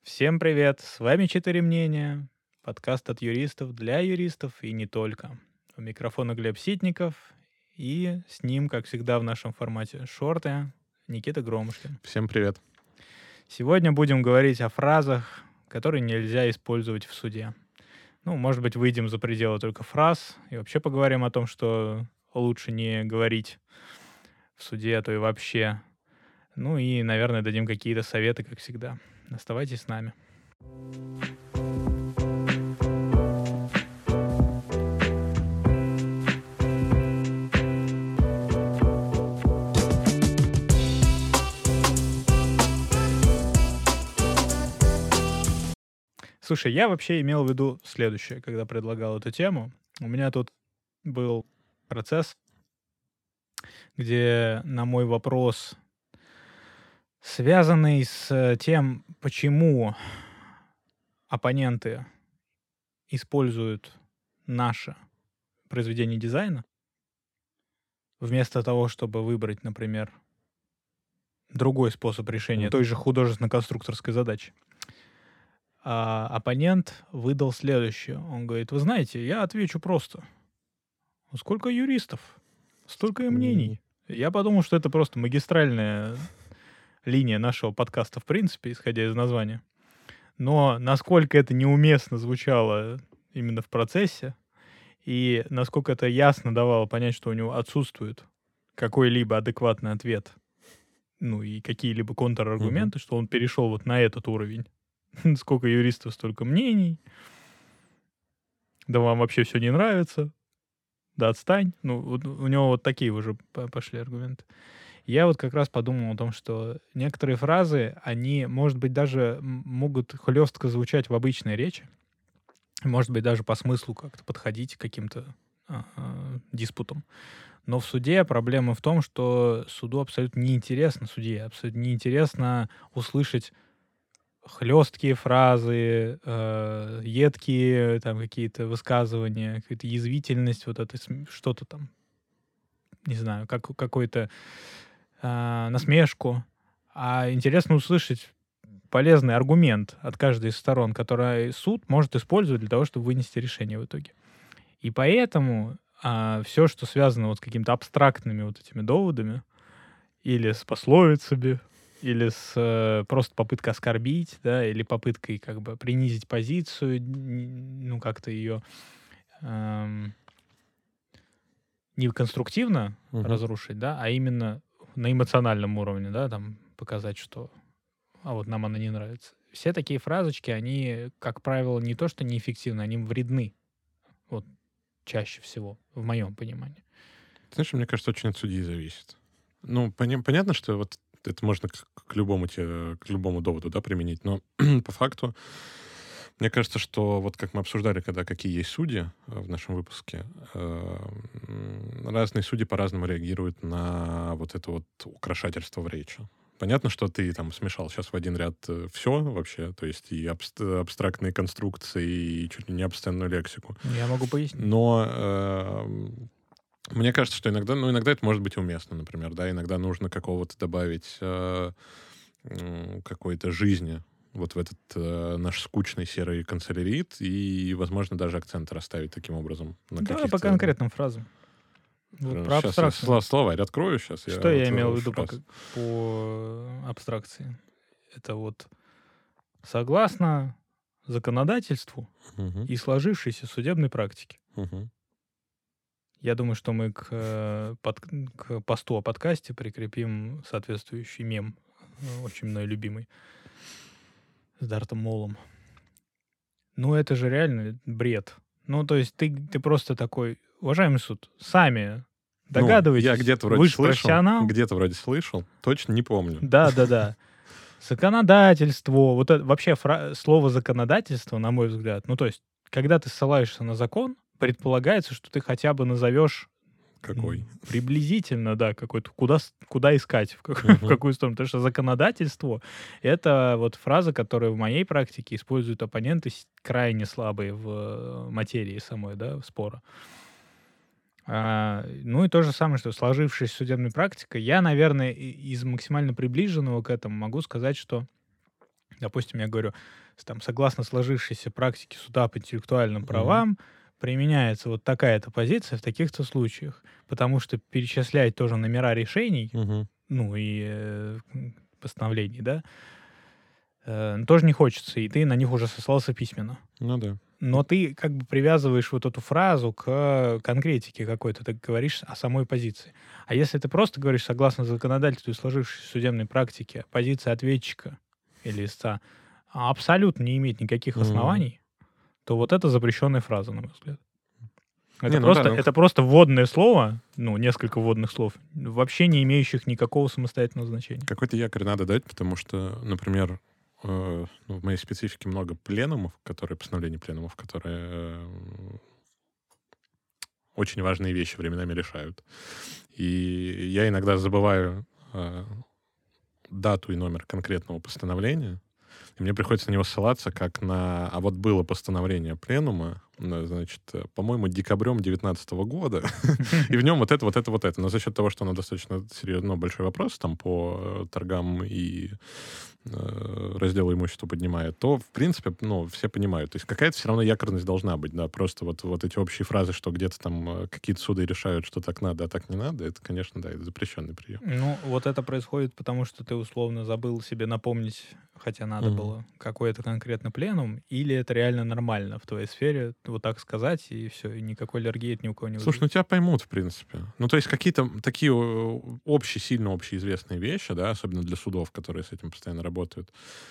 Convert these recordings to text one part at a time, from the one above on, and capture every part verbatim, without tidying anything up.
Всем привет! С вами «Четыре мнения», подкаст от юристов для юристов и не только. У микрофона Глеб Ситников, и с ним, как всегда в нашем формате шорты, Никита Громушкин. Всем привет. Сегодня будем говорить о фразах, которые нельзя использовать в суде. Ну, может быть, выйдем за пределы только фраз и вообще поговорим о том, что лучше не говорить в суде, а то и вообще. Ну и, наверное, дадим какие-то советы, как всегда. Оставайтесь с нами. Слушай, я вообще имел в виду следующее, когда предлагал эту тему. У меня тут был процесс, где на мой вопрос, связанный с тем, почему оппоненты используют наше произведение дизайна, вместо того, чтобы выбрать, например, другой способ решения той же художественно-конструкторской задачи, а оппонент выдал следующее. Он говорит: вы знаете, я отвечу просто. Сколько юристов, столько и мнений. Я подумал, что это просто магистральная линия нашего подкаста, в принципе, исходя из названия. Но насколько это неуместно звучало именно в процессе, и насколько это ясно давало понять, что у него отсутствует какой-либо адекватный ответ, ну и какие-либо контраргументы, Мгм. что он перешел вот на этот уровень. Сколько юристов, столько мнений. Да вам вообще все не нравится. Да отстань. Ну, вот у него вот такие уже по- пошли аргументы. Я вот как раз подумал о том, что некоторые фразы, они, может быть, даже м, могут хлестко звучать в обычной речи, может быть, даже по смыслу как-то подходить к каким-то а, а, диспутам. Но в суде проблема в том, что суду абсолютно неинтересно, судье абсолютно неинтересно услышать хлесткие фразы, э, едкие там какие-то высказывания, какая-то язвительность, вот это см- что-то там, не знаю, как, какой-то а, насмешку. А интересно услышать полезный аргумент от каждой из сторон, который суд может использовать для того, чтобы вынести решение в итоге. И поэтому все, что связано вот с какими-то абстрактными вот этими доводами, или с пословицами, или с э, просто попыткой оскорбить, да, или попыткой как бы принизить позицию, н- ну как-то ее эм, не конструктивно Мгм. разрушить, да, а именно на эмоциональном уровне, да, там показать, что а вот нам она не нравится. Все такие фразочки, они, как правило, не то что неэффективны, они вредны. Вот чаще всего, в моем понимании. Знаешь, мне кажется, очень от судьи зависит. Ну, поня- понятно, что вот это можно к, к любому те, к любому доводу, да, применить, но по факту мне кажется, что вот как мы обсуждали, когда какие есть судьи э, в нашем выпуске, э, м, разные судьи по-разному реагируют на вот это вот украшательство в речи. Понятно, что ты там смешал сейчас в один ряд все вообще, то есть и абст- абстрактные конструкции, и чуть ли не обсценную лексику. Я могу пояснить. Но э, мне кажется, что иногда, ну, иногда это может быть уместно, например, да, иногда нужно какого-то добавить э, м, какой-то жизни вот в этот э, наш скучный серый канцелярит и, возможно, даже акцент расставить таким образом на Давай по каких-то... конкретным фразам. Вот про Сейчас я абстракцию. сло- словарь открою, сейчас я Что вот я имел в э, виду по, фраз. к- по абстракции? Это вот согласно законодательству Мгм, и сложившейся судебной практике. мгм. Я думаю, что мы к, э, под- к посту о подкасте прикрепим соответствующий мем, э, очень мной любимый, с Дартом Молом. Ну, это же реально бред. Ну, то есть ты, ты просто такой, уважаемый суд, сами Ну, я догадываетесь, где-то вроде вы же слышал, профессионал. где-то вроде слышал, точно не помню. Да-да-да. Законодательство. Вот это вообще фра- слово законодательство, на мой взгляд, ну, то есть, когда ты ссылаешься на закон, предполагается, что ты хотя бы назовешь Какой? м, приблизительно, да, какой-то, куда, с- куда искать, в, как- в Мгм. какую сторону. Потому что законодательство — это вот фраза, которую в моей практике используют оппоненты с- крайне слабые в э, материи самой, да, спора. А, ну и то же самое, что сложившаяся судебная практика. Я, наверное, и- из максимально приближенного к этому могу сказать, что Допустим, я говорю, с- там, согласно сложившейся практике суда по интеллектуальным Мгм. правам, применяется вот такая-то позиция в таких-то случаях. Потому что перечислять тоже номера решений, Мгм. ну и э, м, постановлений, да, э, тоже не хочется, и ты на них уже сослался письменно. Ну да. Но ты как бы привязываешь вот эту фразу к конкретике какой-то, ты говоришь о самой позиции. А если ты просто говоришь согласно законодательству и сложившейся судебной практике, позиция ответчика или истца а, абсолютно не имеет никаких Мгм. оснований, то вот это запрещенная фраза, на мой взгляд. Это Не, ну да, просто, ну это просто вводное слово, ну, несколько вводных слов, вообще не имеющих никакого самостоятельного значения. какой-то якорь надо дать, потому что, например, э, ну, в моей специфике много пленумов, которые, постановлений пленумов, которые э, очень важные вещи временами решают. И я иногда забываю э, дату и номер конкретного постановления, и мне приходится на него ссылаться как на... А вот было постановление пленума, ну, значит, э, по-моему, декабрем девятнадцатого года, и в нем вот это, вот это, вот это. Но за счет того, что оно достаточно серьезно, ну, большой вопрос там по э, торгам и э, разделу имущества поднимает, то, в принципе, ну, все понимают. То есть какая-то все равно якорность должна быть, да. Просто вот, вот эти общие фразы, что где-то там э, какие-то суды решают, что так надо, а так не надо, это, конечно, да, это запрещенный прием. Ну, вот это происходит, потому что ты условно забыл себе напомнить, хотя надо Мгм. было, какой это конкретно пленум, или это реально нормально в твоей сфере, вот так сказать, и все, и никакой аллергии это ни у кого не Слушай, ну вызовет. тебя поймут, в принципе. Ну, то есть какие-то такие э, общие, сильно общеизвестные вещи, да, особенно для судов, которые с этим постоянно работают,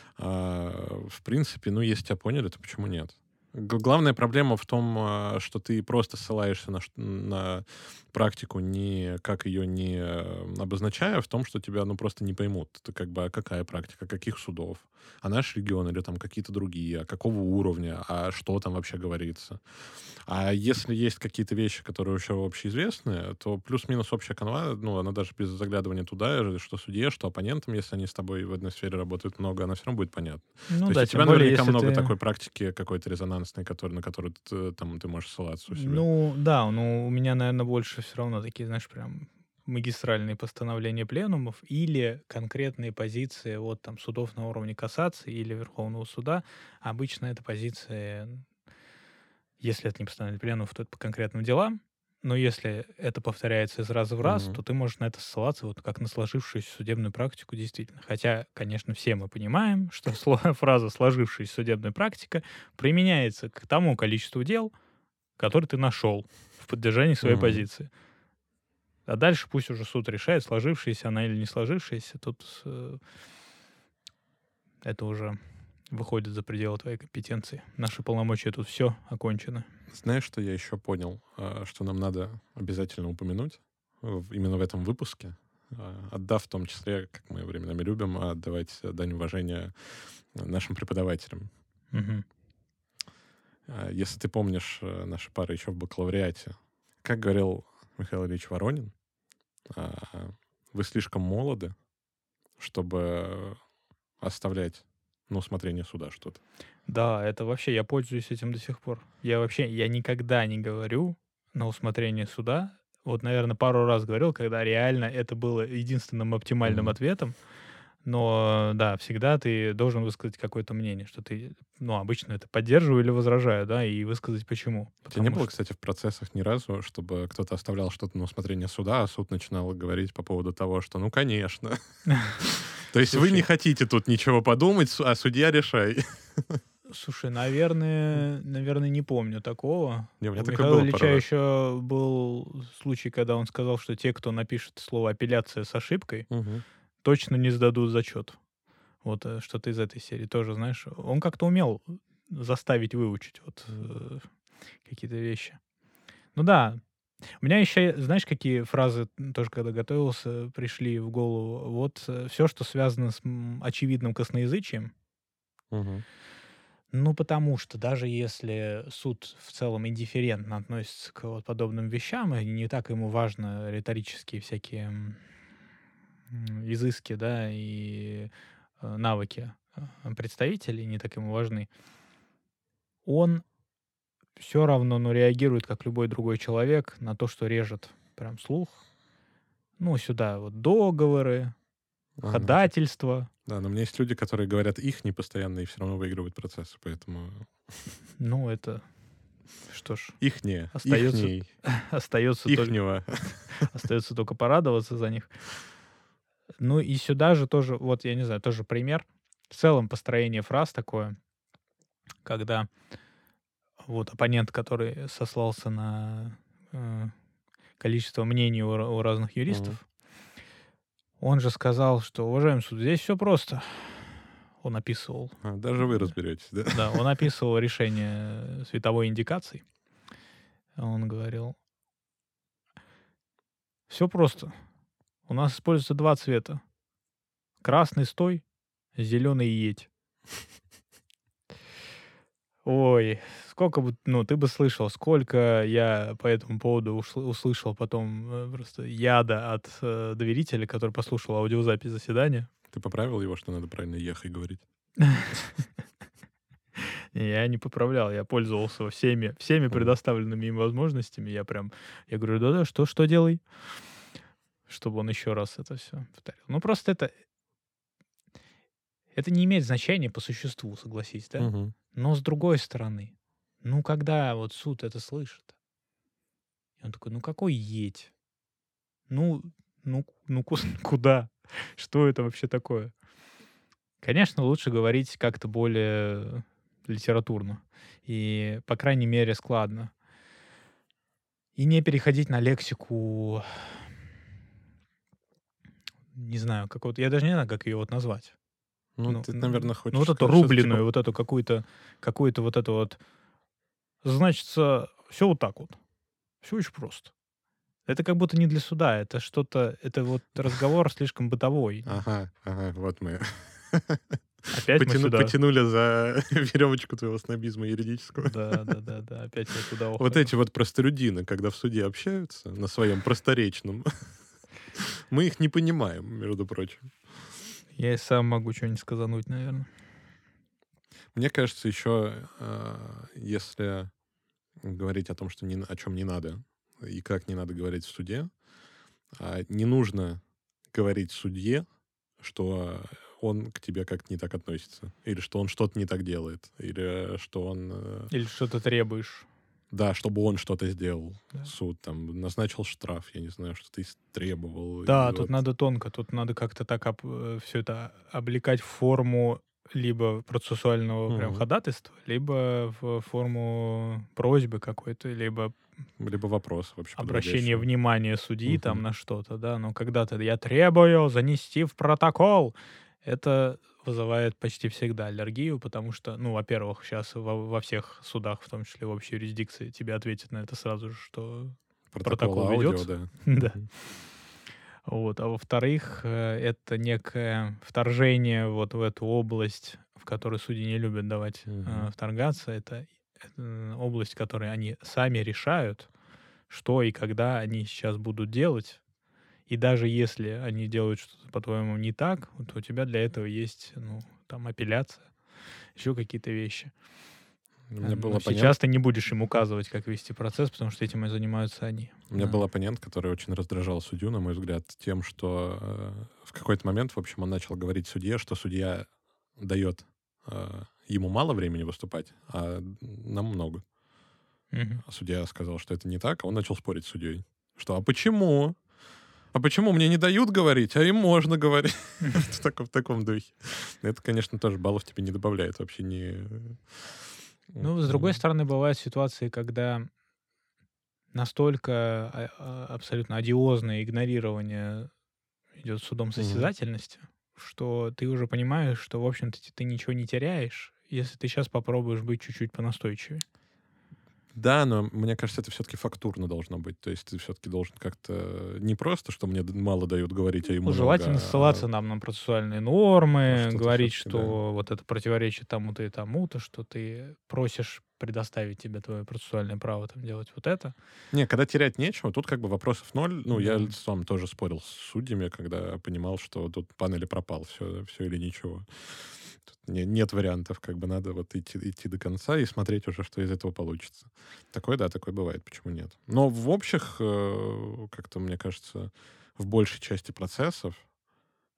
а, в принципе, ну, если тебя поняли, то почему нет? Г- Главная проблема в том, а, что ты просто ссылаешься на, ш- на практику, не, как ее не э, обозначая, в том, что тебя, ну, просто не поймут. Это как бы, а какая практика, каких судов? А наш регион или там какие-то другие? А какого уровня? А что там вообще говорится? А если есть какие-то вещи, которые еще общеизвестные, то плюс-минус общая канва, ну, она даже без заглядывания туда, э, что судье, что оппонентам, если они с тобой в одной сфере работают много, она все равно будет понятна. Ну То есть да, у тебя тем более, наверняка если много ты... такой практики какой-то резонансной, который, на которую ты, там, ты можешь ссылаться у себя. Ну да, ну у меня, наверное, больше все равно такие, знаешь, прям магистральные постановления пленумов или конкретные позиции вот там судов на уровне кассации или Верховного суда. Обычно это позиции, если это не постановление пленумов, то это по конкретным делам. Но если это повторяется из раза в раз, Мгм. то ты можешь на это ссылаться вот как на сложившуюся судебную практику действительно. Хотя, конечно, все мы понимаем, что сло- фраза «сложившаяся судебная практика» применяется к тому количеству дел, который ты нашел в поддержании своей Мгм. позиции. А дальше пусть уже суд решает, сложившаяся она или не сложившаяся. Тут э, это уже выходит за пределы твоей компетенции. Наши полномочия тут все окончено. Знаешь, что я еще понял, а, что нам надо обязательно упомянуть в- именно в этом выпуске, а, отдав в том числе, как мы временами любим, отдавать дань уважения нашим преподавателям. Мгм. А, Если ты помнишь, э, наши пары еще в бакалавриате, как говорил Михаил Ильич Воронин, а, вы слишком молоды, чтобы оставлять на усмотрение суда что-то. Да, это вообще, я пользуюсь этим до сих пор. Я вообще, я никогда не говорю на усмотрение суда. Вот, наверное, пару раз говорил, когда реально это было единственным оптимальным Мгм. ответом. Но да, всегда ты должен высказать какое-то мнение, что ты, ну, обычно это поддерживаю или возражаю, да, и высказать почему. У тебя не Потому было, что, кстати, в процессах ни разу, чтобы кто-то оставлял что-то на усмотрение суда, а суд начинал говорить по поводу того, что ну, конечно. То есть вы не слушай, хотите тут ничего подумать, су- а судья решай. слушай, наверное, наверное, не помню такого. Не, у меня У такое Михаила было пару Ильича раз. еще был случай, когда он сказал, что те, кто напишет слово апелляция с ошибкой, Мгм. точно не сдадут зачет. Вот э, что-то из этой серии тоже, знаешь, он как-то умел заставить выучить вот э, какие-то вещи. Ну да, у меня еще, знаешь, какие фразы м, тоже, когда готовился, пришли в голову. Вот все, что связано с м, очевидным косноязычием, Мгм. ну, потому что даже если суд в целом индифферентно относится к вот подобным вещам, и не так ему важно риторические всякие м, м, изыски, да, и э, навыки э, представителей, не так ему важны, он все равно, ну, реагирует, как любой другой человек, на то, что режет прям слух. Ну, сюда вот договоры, А, ну, ходательство. да, но у меня есть люди, которые говорят их не постоянно и все равно выигрывают процессы, поэтому Ну, это что ж, ихнее, остается, ихней, остается только, ихнего. остается только порадоваться за них. Ну и сюда же тоже, вот я не знаю, тоже пример. В целом построение фраз такое, когда вот оппонент, который сослался на э, количество мнений у, ра- у разных Мгм. юристов, он же сказал, что, уважаемый суд, здесь все просто. Он описывал, А, даже вы разберетесь, да? да, он описывал решение световой индикации. Он говорил, все просто. У нас используется два цвета. Красный стой, зеленый едь. Ой, сколько бы, ну, ты бы слышал, сколько я по этому поводу ушл- услышал потом э, просто яда от э, доверителя, который послушал аудиозапись заседания. Ты поправил его, что надо правильно ехай говорить? Я не поправлял, я пользовался всеми, всеми Мгм. предоставленными им возможностями. Я прям, я говорю, да-да, что, что делай? Чтобы он еще раз это все повторил. Ну, просто это, это не имеет значения по существу, согласись, да? Мгм. Но с другой стороны, ну, когда вот суд это слышит, и он такой, ну, какой едь? Ну, ну, ну, ку- куда? Что это вообще такое? Конечно, лучше говорить как-то более литературно и, по крайней мере, складно. И не переходить на лексику, не знаю, как вот, я даже не знаю, как ее вот назвать. Ну, Ну, ты, н- наверное, ну вот хочешь эту сказать что-то типа... рубленную, вот эту какую-то, какую-то вот эту вот, значит, все вот так вот. Все очень просто. Это как будто не для суда, это что-то, это вот разговор слишком бытовой. Ага, ага, вот мы. Опять мы Потяну- сюда. Потянули за веревочку твоего снобизма юридического. Да, да, да, да, опять я туда Вот уходил. эти вот простолюдины, когда в суде общаются на своем просторечном, мы их не понимаем, между прочим. Я и сам могу что-нибудь сказануть, наверное. Мне кажется, еще если говорить о том, что не, о чем не надо и как не надо говорить в суде, а, не нужно говорить судье, что он к тебе как-то не так относится, или что он что-то не так делает, или что он... э, Или что ты требуешь. Да, чтобы он что-то сделал. Да. Суд там назначил штраф, я не знаю, что ты требовал. Да, и тут вот... надо тонко, тут надо как-то так все это облекать в форму либо процессуального прям Мгм. ходатайства, либо в форму просьбы какой-то, либо Либо вопрос вообще обращение подводящего. внимания судьи там Мгм. на что-то, да, но когда-то я требую занести в протокол, это вызывает почти всегда аллергию, потому что, ну, во-первых, сейчас во, во всех судах, в том числе в общей юрисдикции, тебе ответят на это сразу же, что Протокол протокол аудио, ведется. да. Да. Мгм. Вот. А во-вторых, э, это некое вторжение вот в эту область, в которую судьи не любят давать э, Мгм. вторгаться. Это э, область, в которой они сами решают, что и когда они сейчас будут делать. И даже если они делают что-то, по-твоему, не так, вот у тебя для этого есть, ну, там, апелляция, еще какие-то вещи. У А, меня был Но оппонент, сейчас ты не будешь им указывать, как вести процесс, потому что этим и занимаются они. у меня Да. был оппонент, который очень раздражал судью, на мой взгляд, тем, что э, в какой-то момент, в общем, он начал говорить судье, что судья дает э, ему мало времени выступать, а нам много. Мгм. А судья сказал, что это не так, а он начал спорить с судьей. Что, а почему? А почему мне не дают говорить, а им можно говорить? В таком, в таком духе. Это, конечно, тоже баллов тебе не добавляет вообще не... Ну, с другой стороны, бывают ситуации, когда настолько а, а, абсолютно одиозное игнорирование идет судом Мгм. состязательности, что ты уже понимаешь, что, в общем-то, ты ты ничего не теряешь, если ты сейчас попробуешь быть чуть-чуть понастойчивее. Да, но мне кажется, это все-таки фактурно должно быть. То есть ты все-таки должен как-то... Не просто, что мне д- мало дают говорить, а им Ну, много, желательно а ссылаться нам на процессуальные а нормы, что-то говорить, все-таки, да. что вот это противоречит тому-то и тому-то, что ты просишь предоставить тебе твое процессуальное право там делать вот это. Не, когда терять нечего, тут как бы вопросов ноль. Ну, я Да. сам тоже спорил с судьями, когда понимал, что тут пан или пропал, все, все или ничего. Тут не- нет вариантов, как бы надо вот идти, идти до конца и смотреть уже, что из этого получится. Такое, да, такое бывает, почему нет. Но в общих, э, как-то, мне кажется, в большей части процессов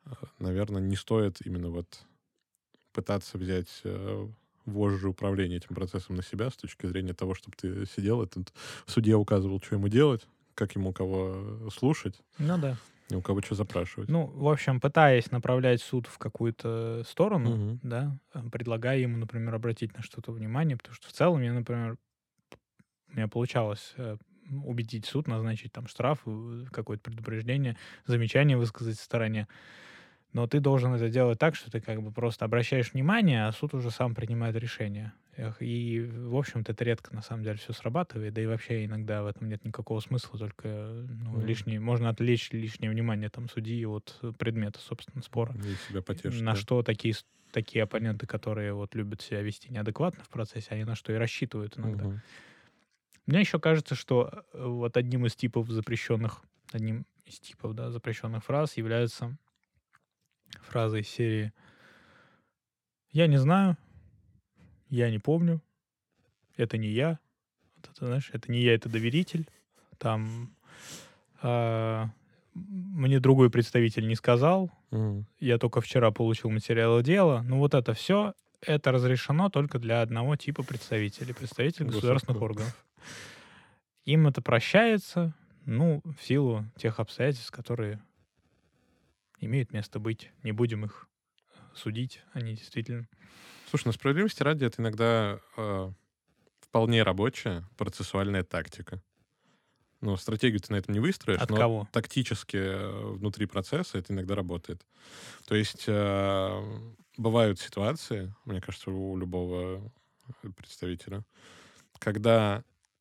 наверное, не стоит именно вот пытаться взять э, вожжи управления этим процессом на себя с точки зрения того, чтобы ты сидел, этот судья указывал, что ему делать, как ему кого слушать, Ну да. и у кого что запрашивать. Ну, в общем, пытаясь направлять суд в какую-то сторону, Мгм. да, э, предлагая ему, например, обратить на что-то внимание, потому что в целом я, например, у меня получалось э, м, убедить суд назначить там штраф, э, какое-то предупреждение, замечание высказать стороне. Но ты должен это делать так, что ты как бы просто обращаешь внимание, а суд уже сам принимает решение. Эх, И, в общем-то, это редко на самом деле все срабатывает, да и вообще иногда в этом нет никакого смысла, только э, ну, Мгм. лишний, можно отвлечь лишнее внимание там судьи от э, предмета, собственно, спора. И себя потешить, На да. что такие, с- такие оппоненты, которые вот любят себя вести неадекватно в процессе, они на что и рассчитывают иногда. Мгм. Мне еще кажется, что э, вот одним из типов запрещенных, одним из типов, да, запрещенных фраз является фраза из серии «Я не знаю, я не помню, это не я». Вот это, знаешь, это не я, это доверитель. Там а, м, мне другой представитель не сказал, Мгм. я только вчера получил материалы дела. Ну вот это все, это разрешено только для одного типа представителей, представителей государственных Госорган. органов. Им это прощается, ну, в силу тех обстоятельств, которые имеют место быть. Не будем их судить, они действительно... Слушай, ну справедливости ради, это иногда э, вполне рабочая процессуальная тактика. Ну, стратегию ты на этом не выстроишь, От но кого? тактически э, внутри процесса это иногда работает. То есть э, бывают ситуации, мне кажется, у любого представителя, когда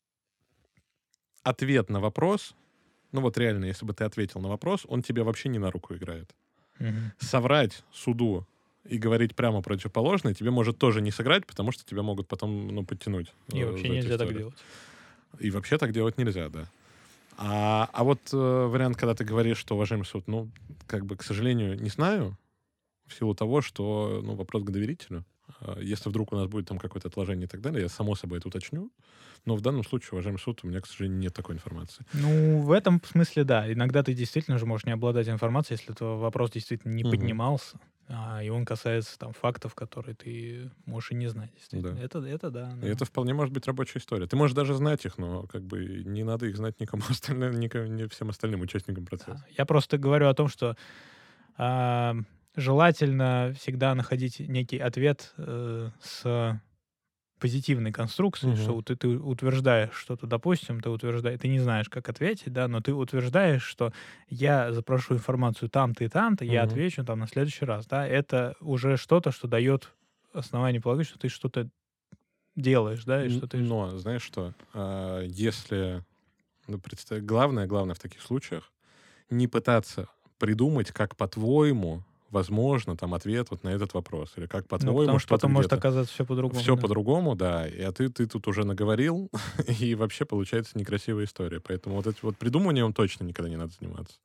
ответ на вопрос, ну вот реально, если бы ты ответил на вопрос, он тебе вообще не на руку играет. Мгм. Соврать суду и говорить прямо противоположное тебе может тоже не сыграть, потому что тебя могут потом, ну, подтянуть И э, вообще за эту нельзя так историю. делать. И вообще так делать нельзя, да. А, а вот э, вариант, когда ты говоришь, что, уважаемый суд, ну, как бы, к сожалению, не знаю, в силу того, что, ну, вопрос к доверителю. А Если вдруг у нас будет там какое-то отложение и так далее, я само собой это уточню. Но в данном случае, уважаемый суд, у меня, к сожалению, нет такой информации. Ну, в этом смысле, да. Иногда ты действительно же можешь не обладать информацией, если твой вопрос действительно не Мгм. поднимался, а, и он касается там фактов, которые ты можешь и не знать, действительно. Да. Это, это да, И да. это вполне может быть рабочая история. Ты можешь даже знать их, но как бы не надо их знать никому остальным, никому, не всем остальным участникам процесса. Да. Я просто говорю о том, что а, желательно всегда находить некий ответ э, с позитивной конструкции, что Мгм. вот ты, ты утверждаешь что-то, допустим, ты утверждаешь, ты не знаешь, как ответить, да, но ты утверждаешь, что я запрошу информацию там-то и там-то, я Мгм. отвечу там на следующий раз, да, это уже что-то, что дает основание полагать, что ты что-то делаешь, да, и Н- что ты... Но, знаешь что, а, если, ну, представь, главное, главное в таких случаях, не пытаться придумать, как по-твоему возможно там ответ вот на этот вопрос, или как Ну, потому по-твоему что что-то потом может где-то. оказаться все по-другому, Все да. по-другому, да, и, а ты, ты тут уже наговорил, и вообще получается некрасивая история. Поэтому вот этим вот придумыванием точно никогда не надо заниматься.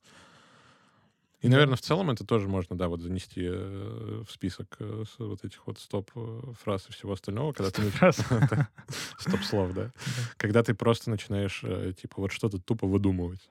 И, Да. наверное, в целом это тоже можно, да, вот занести э, в список э, с вот этих вот стоп-фраз и всего остального, когда ты... Сто нач- раз. Да, стоп-слов, да. Да. Когда ты просто начинаешь, э, типа, вот что-то тупо выдумывать.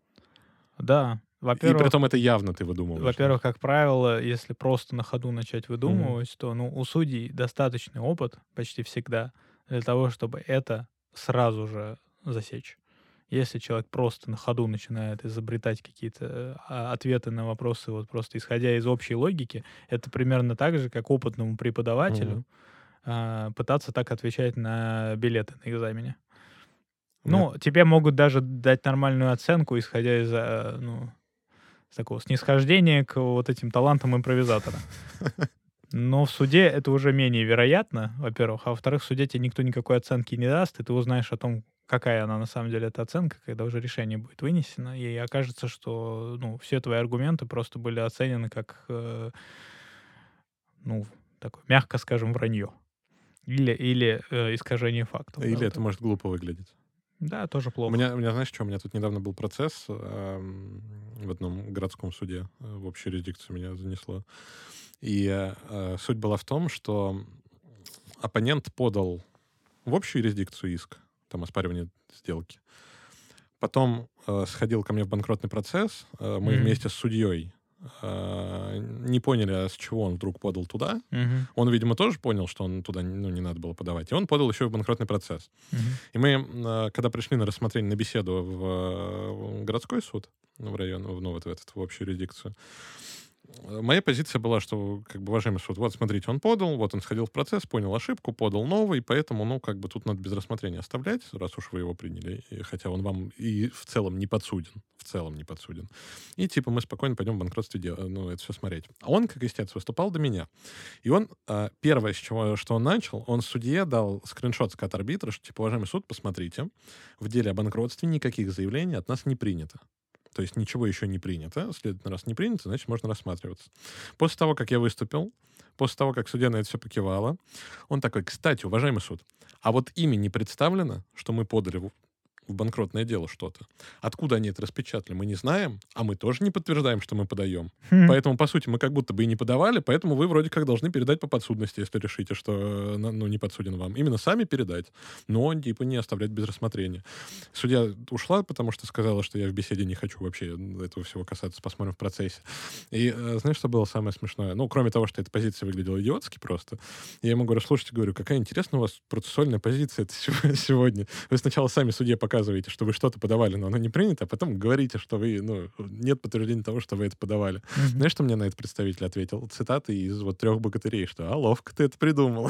Да. И при Во-первых, том это явно ты выдумываешь, Во-первых, знаешь. как правило, если просто на ходу начать Мгм. выдумывать, то ну, у судей достаточный опыт почти всегда для того, чтобы это сразу же засечь. Если человек просто на ходу начинает изобретать какие-то э, а, ответы на вопросы, вот просто исходя из общей логики, это примерно так же, как опытному Мгм. преподавателю а, пытаться так отвечать на билеты на экзамене. У меня... Ну, тебе могут даже дать нормальную оценку, исходя из, э, ну, с такого снисхождения к вот этим талантам импровизатора. Но в суде это уже менее вероятно, во-первых. А во-вторых, в суде тебе никто никакой оценки не даст, и ты узнаешь о том, какая она на самом деле, эта оценка, когда уже решение будет вынесено, и окажется, что ну, все твои аргументы просто были оценены как, э, ну, такое, мягко скажем, вранье. Или, или э, искажение фактов. Да, Или вот это так. может глупо выглядеть. Да, тоже У плохо. меня, у меня, знаешь что, у меня тут недавно был процесс эм, в одном городском суде, э, в общей юрисдикцию меня занесло. И э, э, суть была в том, что оппонент подал в общую юрисдикцию иск, там, оспаривание сделки. Потом э, сходил ко мне в банкротный процесс. Э, мы Мгм. вместе с судьей а, не поняли, а с чего он вдруг подал туда. Мгм. Он, видимо, тоже понял, что он туда ну, не надо было подавать. И он подал еще в банкротный процесс. Мгм. И мы, а, когда пришли на рассмотрение, на беседу в, а, в городской суд, в район, в, ну, вот в, этот, в общую юрисдикцию, э, моя позиция была, что, как бы, уважаемый суд, вот, смотрите, он подал, вот он сходил в процесс, понял ошибку, подал новый, поэтому, ну, как бы, тут надо без рассмотрения оставлять, раз уж вы его приняли, и, хотя он вам и в целом не подсуден, в целом не подсуден. И, типа, мы спокойно пойдем в банкротстве дел- ну, это все смотреть. А он, как истец, выступал до меня. И он, а, первое, с чего, что он начал, он судье дал скриншот с кат-арбитра, что, типа, уважаемый суд, посмотрите, в деле о банкротстве никаких заявлений от нас не принято. То есть ничего еще не принято. Следовательно, раз не принято, значит, можно рассматриваться. После того, как я выступил, после того, как судья на это все покивала, он такой: кстати, уважаемый суд, а вот ими не представлено, что мы подали в в банкротное дело что-то. Откуда они это распечатали, мы не знаем, а мы тоже не подтверждаем, что мы подаем. Хм. Поэтому, по сути, мы как будто бы и не подавали, поэтому вы вроде как должны передать по подсудности, если решите, что э, на- ну, не подсуден вам. Именно сами передать, но типа не оставлять без рассмотрения. Судья ушла, потому что сказала, что я в беседе не хочу вообще этого всего касаться, посмотрим в процессе. И э, знаешь, что было самое смешное? Ну, кроме того, что эта позиция выглядела идиотски просто, я ему говорю: слушайте, говорю, какая интересная у вас процессуальная позиция сегодня. Вы сначала сами судье показываете, что вы что-то подавали, но оно не принято, а потом говорите, что вы, ну, нет подтверждения того, что вы это подавали. Мгм. Знаешь, что мне на это представитель ответил? Цитаты из вот «Трех богатырей», что «А, ловко ты это придумал».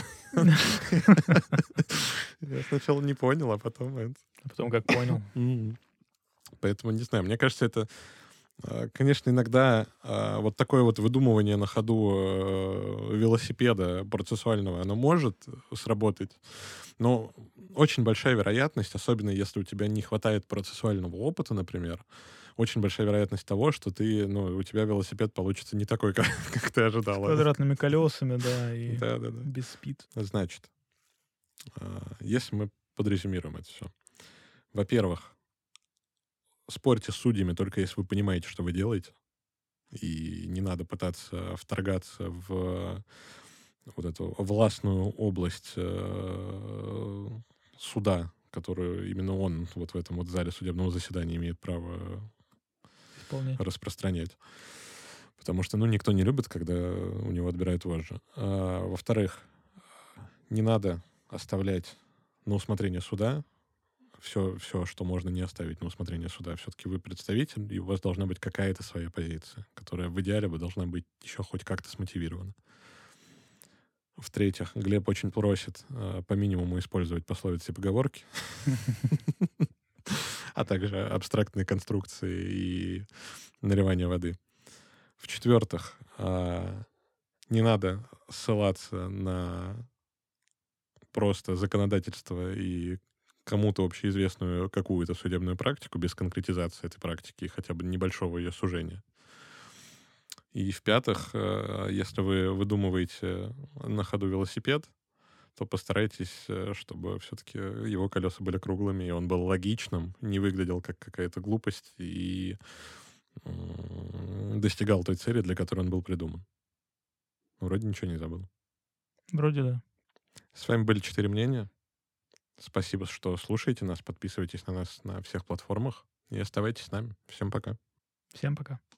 Я сначала не понял, а потом это... А потом как понял. М. Поэтому, не знаю, мне кажется, это, а, конечно, иногда а, вот такое вот выдумывание на ходу э, велосипеда процессуального, оно может сработать, но очень большая вероятность, особенно если у тебя не хватает процессуального опыта, например, очень большая вероятность того, что ты, ну, у тебя велосипед получится не такой, как, как ты С ожидала. квадратными колесами, да, и Да-да-да. без спид. Значит, а, если мы подрезюмируем это все. Во-первых, спорьте с судьями только если вы понимаете, что вы делаете. И не надо пытаться вторгаться в вот эту властную область э, суда, которую именно он вот в этом вот зале судебного заседания имеет право Исполнять. распространять. Потому что, ну, никто не любит, когда у него отбирают вожжи. А, во-вторых, не надо оставлять на усмотрение суда все, все, что можно не оставить на усмотрение суда. Все-таки вы представитель, и у вас должна быть какая-то своя позиция, которая в идеале бы должна быть еще хоть как-то смотивирована. В-третьих, Глеб очень просит э, по минимуму использовать пословицы и поговорки, а также абстрактные конструкции и наливание воды. В-четвертых, а, не надо ссылаться на просто законодательство и кому-то общеизвестную какую-то судебную практику без конкретизации этой практики и хотя бы небольшого ее сужения. И в-пятых, э, если вы выдумываете на ходу велосипед, то постарайтесь, э, чтобы все-таки его колеса были круглыми, и он был логичным, не выглядел как какая-то глупость и м, достигал той цели, для которой он был придуман. Вроде ничего не забыл. Вроде да. С вами были «Четыре мнения». Спасибо, что слушаете нас, подписывайтесь на нас на всех платформах и оставайтесь с нами. Всем пока. Всем пока.